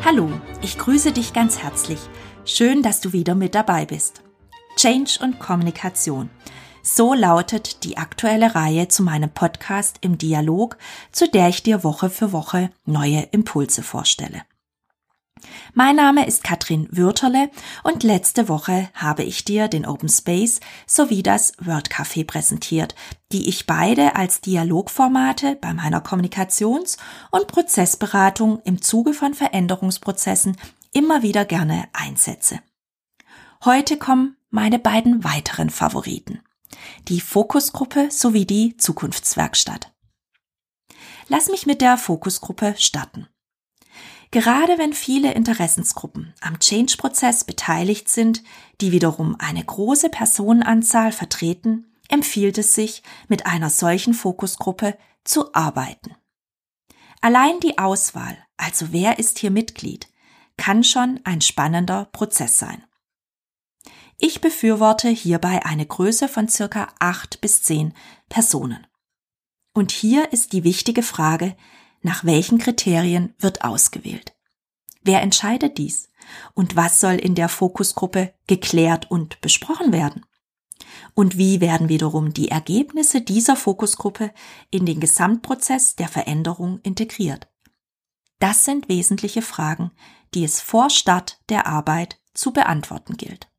Hallo, ich grüße dich ganz herzlich. Schön, dass du wieder mit dabei bist. Change und Kommunikation. So lautet die aktuelle Reihe zu meinem Podcast im Dialog, zu der ich dir Woche für Woche neue Impulse vorstelle. Mein Name ist Katrin Würterle und letzte Woche habe ich dir den Open Space sowie das Word Café präsentiert, die ich beide als Dialogformate bei meiner Kommunikations- und Prozessberatung im Zuge von Veränderungsprozessen immer wieder gerne einsetze. Heute kommen meine beiden weiteren Favoriten, die Fokusgruppe sowie die Zukunftswerkstatt. Lass mich mit der Fokusgruppe starten. Gerade wenn viele Interessensgruppen am Change-Prozess beteiligt sind, die wiederum eine große Personenanzahl vertreten, empfiehlt es sich, mit einer solchen Fokusgruppe zu arbeiten. Allein die Auswahl, also wer ist hier Mitglied, kann schon ein spannender Prozess sein. Ich befürworte hierbei eine Größe von circa 8 bis 10 Personen. Und hier ist die wichtige Frage, nach welchen Kriterien wird ausgewählt? Wer entscheidet dies? Und was soll in der Fokusgruppe geklärt und besprochen werden? Und wie werden wiederum die Ergebnisse dieser Fokusgruppe in den Gesamtprozess der Veränderung integriert? Das sind wesentliche Fragen, die es vor Start der Arbeit zu beantworten gilt.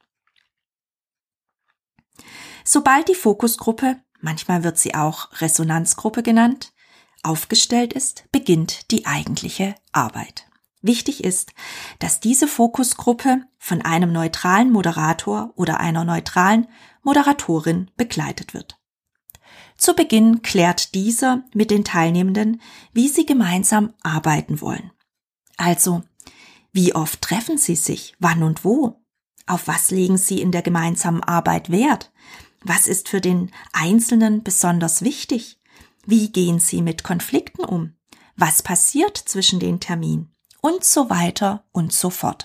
Sobald die Fokusgruppe, manchmal wird sie auch Resonanzgruppe genannt, aufgestellt ist, beginnt die eigentliche Arbeit. Wichtig ist, dass diese Fokusgruppe von einem neutralen Moderator oder einer neutralen Moderatorin begleitet wird. Zu Beginn klärt dieser mit den Teilnehmenden, wie sie gemeinsam arbeiten wollen. Also, wie oft treffen sie sich, wann und wo? Auf was legen sie in der gemeinsamen Arbeit Wert? Was ist für den Einzelnen besonders wichtig? Wie gehen sie mit Konflikten um? Was passiert zwischen den Terminen? Und so weiter und so fort.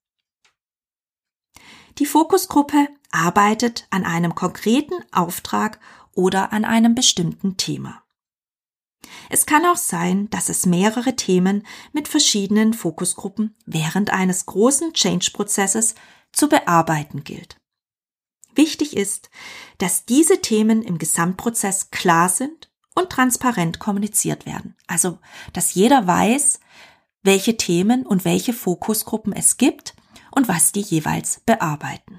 Die Fokusgruppe arbeitet an einem konkreten Auftrag oder an einem bestimmten Thema. Es kann auch sein, dass es mehrere Themen mit verschiedenen Fokusgruppen während eines großen Change-Prozesses zu bearbeiten gilt. Wichtig ist, dass diese Themen im Gesamtprozess klar sind und transparent kommuniziert werden. Also, dass jeder weiß, welche Themen und welche Fokusgruppen es gibt und was die jeweils bearbeiten.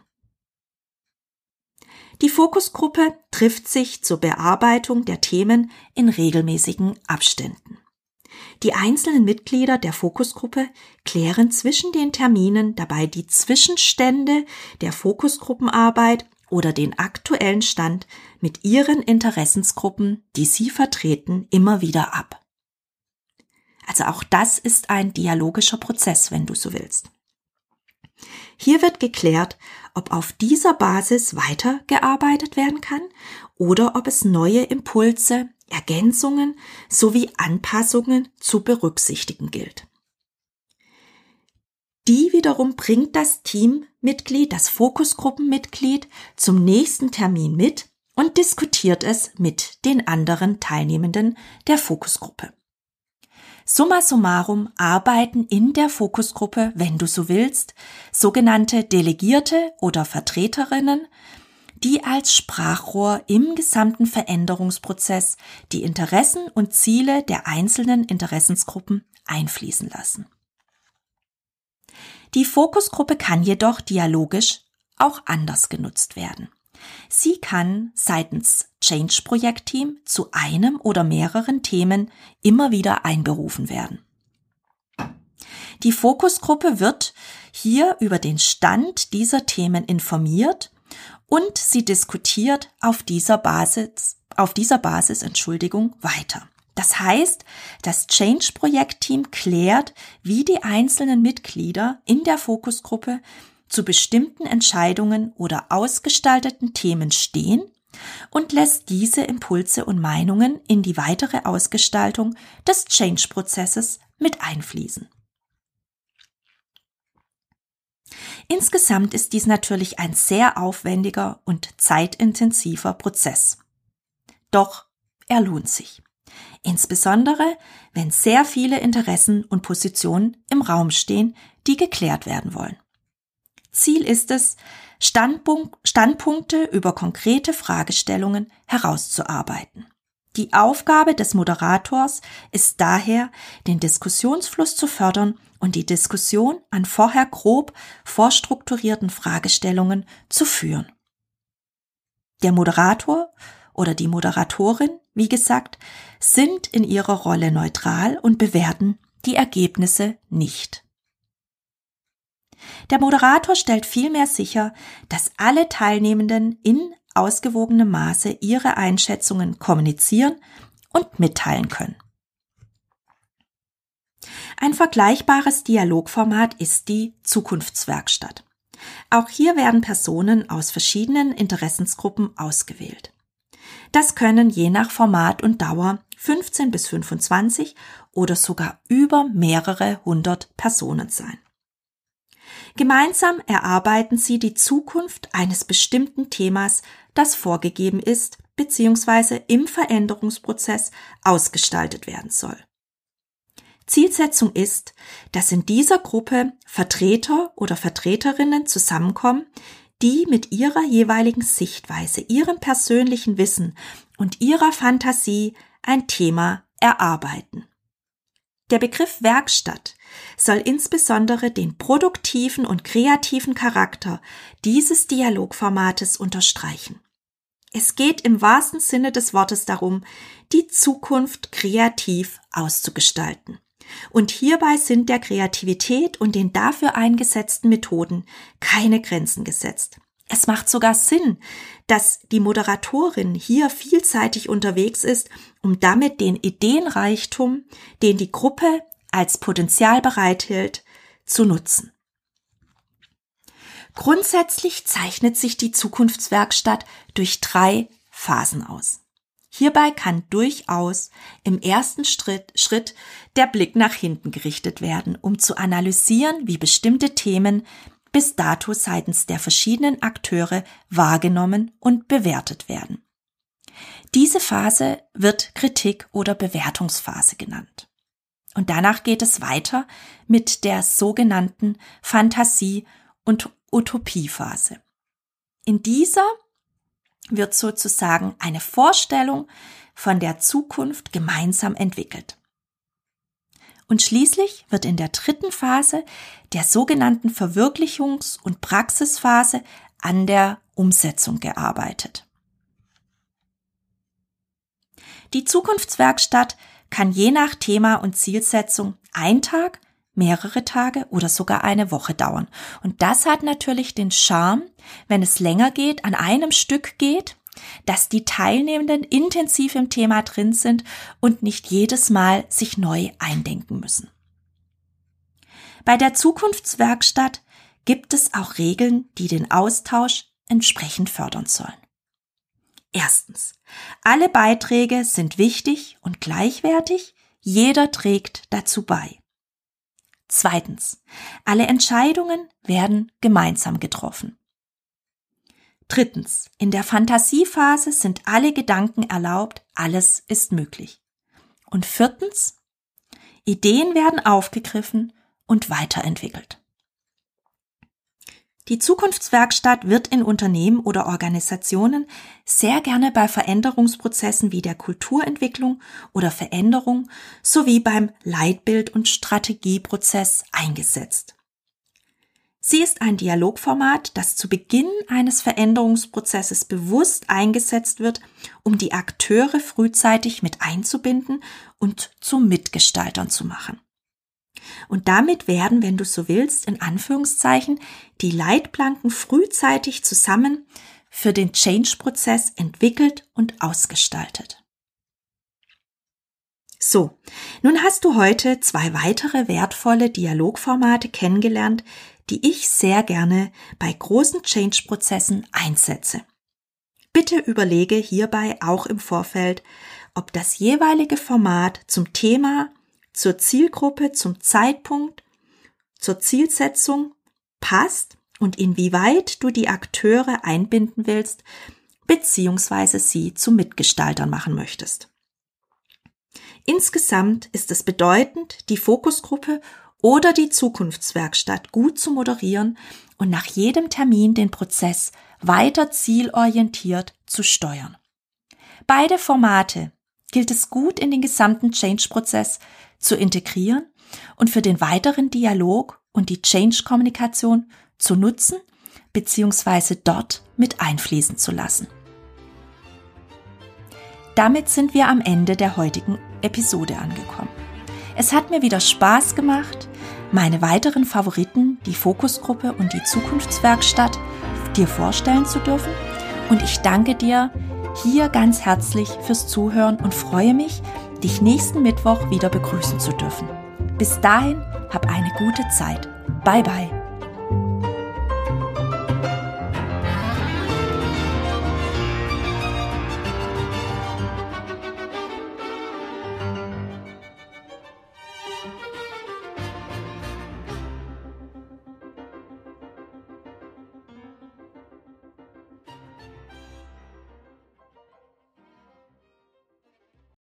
Die Fokusgruppe trifft sich zur Bearbeitung der Themen in regelmäßigen Abständen. Die einzelnen Mitglieder der Fokusgruppe klären zwischen den Terminen dabei die Zwischenstände der Fokusgruppenarbeit oder den aktuellen Stand mit ihren Interessensgruppen, die sie vertreten, immer wieder ab. Also auch das ist ein dialogischer Prozess, wenn du so willst. Hier wird geklärt, ob auf dieser Basis weitergearbeitet werden kann oder ob es neue Impulse, Ergänzungen sowie Anpassungen zu berücksichtigen gilt. Die wiederum bringt das Teammitglied, das Fokusgruppenmitglied zum nächsten Termin mit und diskutiert es mit den anderen Teilnehmenden der Fokusgruppe. Summa summarum arbeiten in der Fokusgruppe, wenn du so willst, sogenannte Delegierte oder Vertreterinnen, die als Sprachrohr im gesamten Veränderungsprozess die Interessen und Ziele der einzelnen Interessensgruppen einfließen lassen. Die Fokusgruppe kann jedoch dialogisch auch anders genutzt werden. Sie kann seitens Change-Projektteam zu einem oder mehreren Themen immer wieder einberufen werden. Die Fokusgruppe wird hier über den Stand dieser Themen informiert und sie diskutiert auf dieser Basis weiter. Das heißt, das Change-Projektteam klärt, wie die einzelnen Mitglieder in der Fokusgruppe zu bestimmten Entscheidungen oder ausgestalteten Themen stehen und lässt diese Impulse und Meinungen in die weitere Ausgestaltung des Change-Prozesses mit einfließen. Insgesamt ist dies natürlich ein sehr aufwendiger und zeitintensiver Prozess. Doch er lohnt sich. Insbesondere, wenn sehr viele Interessen und Positionen im Raum stehen, die geklärt werden wollen. Ziel ist es, Standpunkte über konkrete Fragestellungen herauszuarbeiten. Die Aufgabe des Moderators ist daher, den Diskussionsfluss zu fördern und die Diskussion an vorher grob vorstrukturierten Fragestellungen zu führen. Der Moderator oder die Moderatorin, wie gesagt, sind in ihrer Rolle neutral und bewerten die Ergebnisse nicht. Der Moderator stellt vielmehr sicher, dass alle Teilnehmenden in ausgewogenem Maße ihre Einschätzungen kommunizieren und mitteilen können. Ein vergleichbares Dialogformat ist die Zukunftswerkstatt. Auch hier werden Personen aus verschiedenen Interessensgruppen ausgewählt. Das können je nach Format und Dauer 15 bis 25 oder sogar über mehrere 100 Personen sein. Gemeinsam erarbeiten sie die Zukunft eines bestimmten Themas, das vorgegeben ist bzw. im Veränderungsprozess ausgestaltet werden soll. Zielsetzung ist, dass in dieser Gruppe Vertreter oder Vertreterinnen zusammenkommen, die mit ihrer jeweiligen Sichtweise, ihrem persönlichen Wissen und ihrer Fantasie ein Thema erarbeiten. Der Begriff Werkstatt soll insbesondere den produktiven und kreativen Charakter dieses Dialogformates unterstreichen. Es geht im wahrsten Sinne des Wortes darum, die Zukunft kreativ auszugestalten. Und hierbei sind der Kreativität und den dafür eingesetzten Methoden keine Grenzen gesetzt. Es macht sogar Sinn, dass die Moderatorin hier vielseitig unterwegs ist, um damit den Ideenreichtum, den die Gruppe als Potenzial bereithält, zu nutzen. Grundsätzlich zeichnet sich die Zukunftswerkstatt durch 3 Phasen aus. Hierbei kann durchaus im ersten Schritt der Blick nach hinten gerichtet werden, um zu analysieren, wie bestimmte Themen bis dato seitens der verschiedenen Akteure wahrgenommen und bewertet werden. Diese Phase wird Kritik- oder Bewertungsphase genannt. Und danach geht es weiter mit der sogenannten Fantasie- und Utopiephase. In dieser wird sozusagen eine Vorstellung von der Zukunft gemeinsam entwickelt. Und schließlich wird in der 3. Phase, der sogenannten Verwirklichungs- und Praxisphase, an der Umsetzung gearbeitet. Die Zukunftswerkstatt kann je nach Thema und Zielsetzung 1 Tag, mehrere Tage oder sogar eine Woche dauern. Und das hat natürlich den Charme, wenn es länger geht, an einem Stück geht, dass die Teilnehmenden intensiv im Thema drin sind und nicht jedes Mal sich neu eindenken müssen. Bei der Zukunftswerkstatt gibt es auch Regeln, die den Austausch entsprechend fördern sollen. Erstens: Alle Beiträge sind wichtig und gleichwertig, jeder trägt dazu bei. Zweitens: Alle Entscheidungen werden gemeinsam getroffen. Drittens: In der Fantasiephase sind alle Gedanken erlaubt, alles ist möglich. Und viertens: Ideen werden aufgegriffen und weiterentwickelt. Die Zukunftswerkstatt wird in Unternehmen oder Organisationen sehr gerne bei Veränderungsprozessen wie der Kulturentwicklung oder Veränderung sowie beim Leitbild- und Strategieprozess eingesetzt. Sie ist ein Dialogformat, das zu Beginn eines Veränderungsprozesses bewusst eingesetzt wird, um die Akteure frühzeitig mit einzubinden und zu Mitgestaltern zu machen. Und damit werden, wenn du so willst, in Anführungszeichen, die Leitplanken frühzeitig zusammen für den Change-Prozess entwickelt und ausgestaltet. So, nun hast du heute 2 weitere wertvolle Dialogformate kennengelernt, die ich sehr gerne bei großen Change-Prozessen einsetze. Bitte überlege hierbei auch im Vorfeld, ob das jeweilige Format zum Thema, zur Zielgruppe, zum Zeitpunkt, zur Zielsetzung passt und inwieweit du die Akteure einbinden willst, beziehungsweise sie zu Mitgestaltern machen möchtest. Insgesamt ist es bedeutend, die Fokusgruppe oder die Zukunftswerkstatt gut zu moderieren und nach jedem Termin den Prozess weiter zielorientiert zu steuern. Beide Formate gilt es gut in den gesamten Change-Prozess zu integrieren und für den weiteren Dialog und die Change-Kommunikation zu nutzen bzw. dort mit einfließen zu lassen. Damit sind wir am Ende der heutigen Episode angekommen. Es hat mir wieder Spaß gemacht, meine weiteren Favoriten, die Fokusgruppe und die Zukunftswerkstatt, dir vorstellen zu dürfen. Und ich danke dir hier ganz herzlich fürs Zuhören und freue mich, dich nächsten Mittwoch wieder begrüßen zu dürfen. Bis dahin, hab eine gute Zeit. Bye bye.